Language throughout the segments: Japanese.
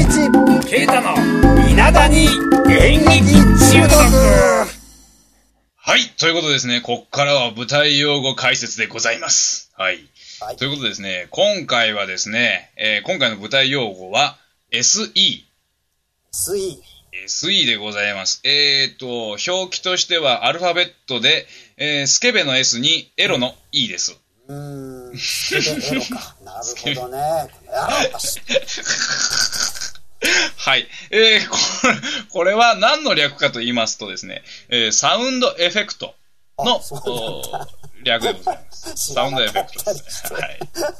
啓太の稲谷演劇中毒。 はい、ということでですね、こっからは舞台用語解説でございます。はい。はい、ということでですね、今回はですね、今回の舞台用語は SE。SE でございます。表記としてはアルファベットで、スケベの S にエロの E です。 スケベエロか。なるほどね。 はい。これは何の略かと言いますとですね、サウンドエフェクトの略でございます。サウンドエフェクトですね。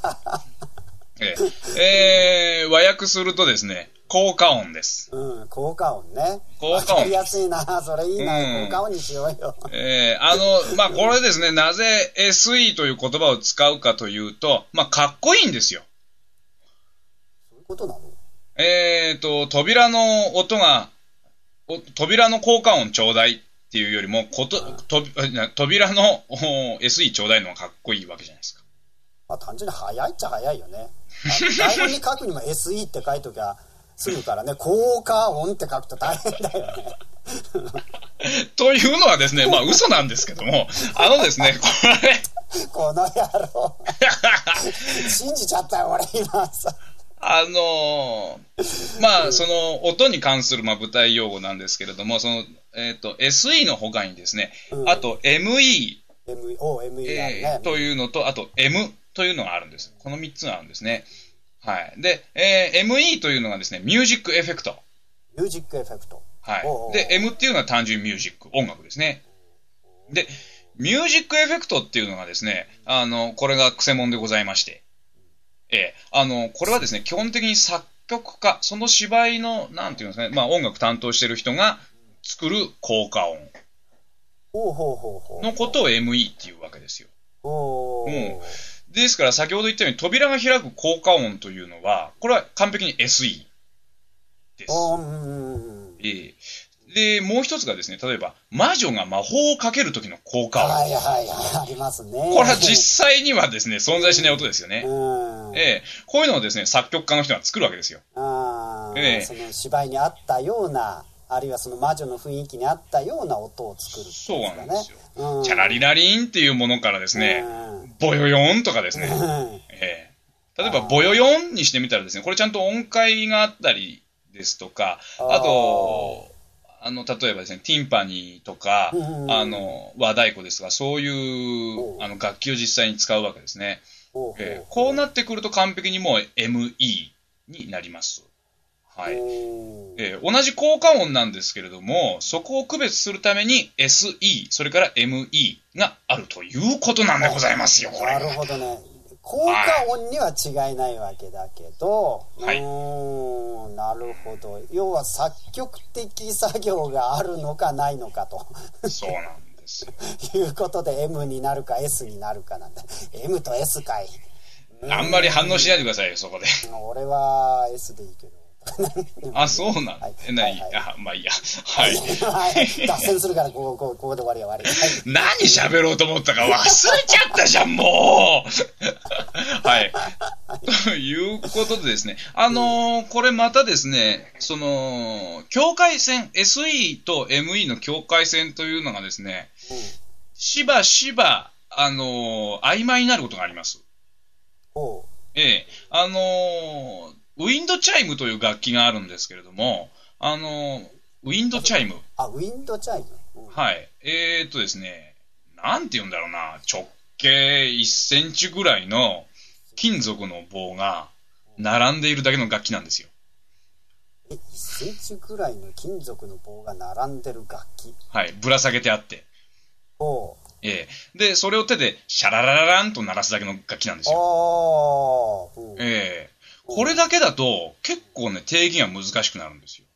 はい。和訳するとですね、効果音です。 効果音ね。 効果音。 わかりやすいな。それいいな。効果音にしようよ。 これですね、なぜ SE という言葉を使うかというと、かっこいいんですよ。 そういうことなの？ 扉の音が、扉の効果音ちょうだいっていうよりも、扉の SE ちょうだいのがかっこいいわけじゃないですか。 単純に早いっちゃ早いよね。台本に書くにも SE って書いときゃ済むからね、効果音って書くと大変だよね。 というのはですね、嘘なんですけども、ですね、 この野郎。信じちゃったよ、俺今さ。 その音に関する舞台用語なんですけれども、SE の他にですね、あと ME というのと、あと M というのがあるんです。この3つがあるんですね。はい。で、ME というのがですね、ミュージックエフェクト。 ミュージックエフェクト。 はい。で、M っていうのは単純ミュージック、音楽ですね。で、ミュージックエフェクトっていうのがですね、これがクセモンでございまして、これはですね、基本的に作曲家、その芝居の、なんていうんですかね、音楽担当してる人が作る効果音のことを ME っていうわけですよ。ですから、先ほど言ったように、扉が開く効果音というのは、これは完璧に SE です。で、もう一つがですね、例えば、魔女が魔法をかけるときの効果音。 ありますね。 これは実際にはですね、存在しない音ですよね。こういうのをですね、作曲家の人が作るわけですよ。 その芝居に合ったような、あるいはその魔女の雰囲気に合ったような音を作る、ね。 そうなんですよ。チャラリラリンっていうものからですね、ボヨヨンとかですね。例えば、ボヨヨンにしてみたらですね、これちゃんと音階があったりですとか、あと、例えばですね、ティンパニーとか、和太鼓ですとか、そういう楽器を実際に使うわけですね。こうなってくると完璧にもう ME になります。はい。同じ効果音なんですけれども、そこを区別するために SE、それから ME があるということなんでございますよ、これ。 なるほどね。効果音には違いないわけだけど、なるほど。要は作曲的作業があるのかないのかと。 そうなんですよ。 いうことで M になるか S になるかなんだ。M と S かい。 あんまり反応しないでくださいよ、そこで。 俺は S でいいけど。 そうなんだ。まあいいや。はい。 脱線するからここで終わり。 何喋ろうと思ったか忘れちゃったじゃん、もう。はい。ということでですね、これまたですね、境界線、SE と ME の境界線というのがですね、しばしば、曖昧になることがあります。ウィンドチャイムという楽器があるんですけれども、ウィンドチャイム。 ウィンドチャイム。 はい。ですね、なんて言うんだろうな、直径1センチぐらいの金属の棒が並んでいるだけの楽器なんですよ。 1センチぐらいの金属の棒が並んでる楽器。 はい、ぶら下げてあって。で、それを手でシャラララランと鳴らすだけの楽器なんですよ。これだけだと結構ね、定義が難しくなるんですよ。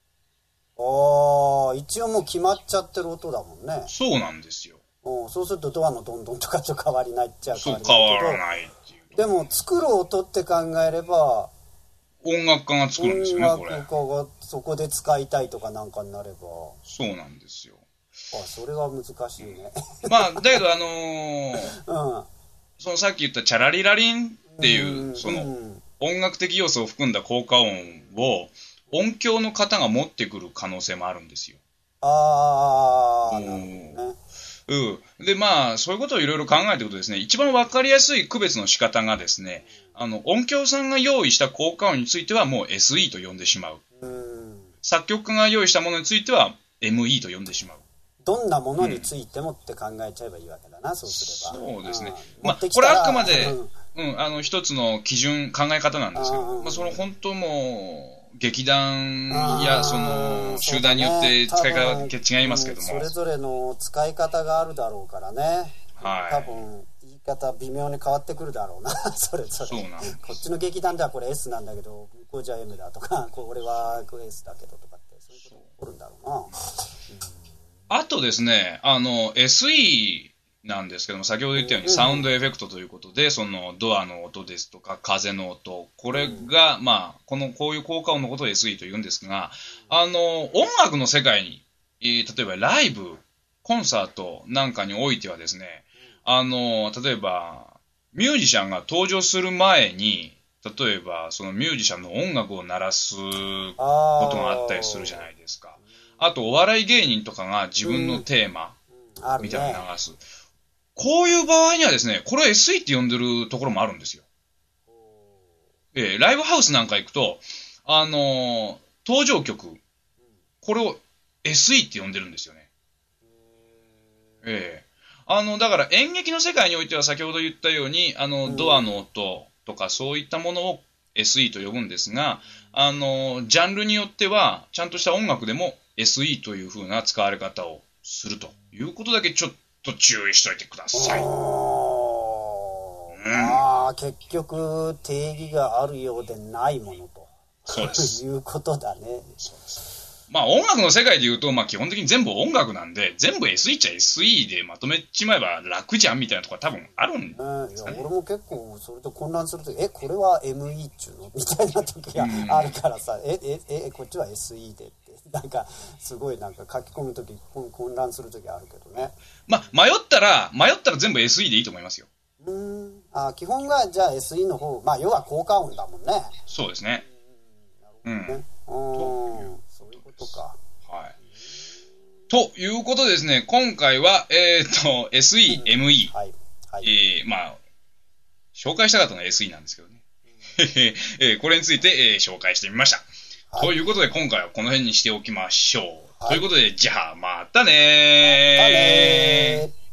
一応もう決まっちゃってる音だもんね。 そうなんですよ。 そうするとドアのドンドンとかと変わりないっちゃ変わらないっていう。 でも作る音って考えれば音楽家が作るんですよね、これ。 音楽家がそこで使いたいとかなんかになれば。 そうなんですよ。 それは難しいね。 だけどそのさっき言ったチャラリラリンっていう、 音楽的要素を含んだ効果音を音響の方が持ってくる可能性もあるんですよ。 なるほどね。 で、まあ、そういうことをいろいろ考えていくとですね、一番わかりやすい区別の仕方がですね、音響さんが用意した効果音についてはもう SE と呼んでしまう。作曲家が用意したものについては ME と呼んでしまう。 どんなものについてもって考えちゃえばいいわけだな、そうすれば。 そうですね。まあ、これはあくまで、一つの基準、考え方なんですけど、まあ、その本当もう、劇団やその集団によって使い方が違いますけども、 それぞれの使い方があるだろうからね、 はい、 多分言い方微妙に変わってくるだろうなそれぞれ。 そうなんこっちの劇団ではこれ S なんだけど、向こうじゃ M だとか、これは S だけどとかって、そういうことが起こるんだろうな。 あとですね、SE なんですけども、先ほど言ったようにサウンドエフェクトということで、そのドアの音ですとか風の音、これが、まあ、こういう効果音のことを SE と言うんですが、音楽の世界に、例えばライブ、コンサートなんかにおいてはですね、例えば、ミュージシャンが登場する前に、例えば、そのミュージシャンの音楽を鳴らすことがあったりするじゃないですか。あと、お笑い芸人とかが自分のテーマみたいなのを流す。こういう場合にはですね、これを SE って呼んでるところもあるんですよ。ライブハウスなんか行くと、登場曲、これを SE って呼んでるんですよね。だから演劇の世界においては先ほど言ったように、ドアの音とかそういったものを SE と呼ぶんですが、ジャンルによっては、ちゃんとした音楽でも SE という風な使われ方をするということだけちょっと注意しといてください。 まあ、結局定義があるようでないものと。 そうです。 いうことだね。 そうです。まあ音楽の世界で言うと、まあ基本的に全部音楽なんで、全部 SE っちゃ SE でまとめちまえば楽じゃんみたいなところ多分あるんですかね。 いや、俺も結構それと混乱するとき、これは ME っちゅうのみたいな時があるからさ、こっちは SE でって、なんかすごいなんか書き込むとき混乱するときあるけどね。 まあ迷ったら全部 SE でいいと思いますよ。 基本がじゃあ SE の方、まあ要は効果音だもんね。 そうですね。 なるほどね。そういうことか。 はい。ということでですね、今回は、SE、ME。まあ、紹介したかったのは SE なんですけどね。これについて、紹介してみました。ということで、今回はこの辺にしておきましょう。ということで、じゃあ、またねー。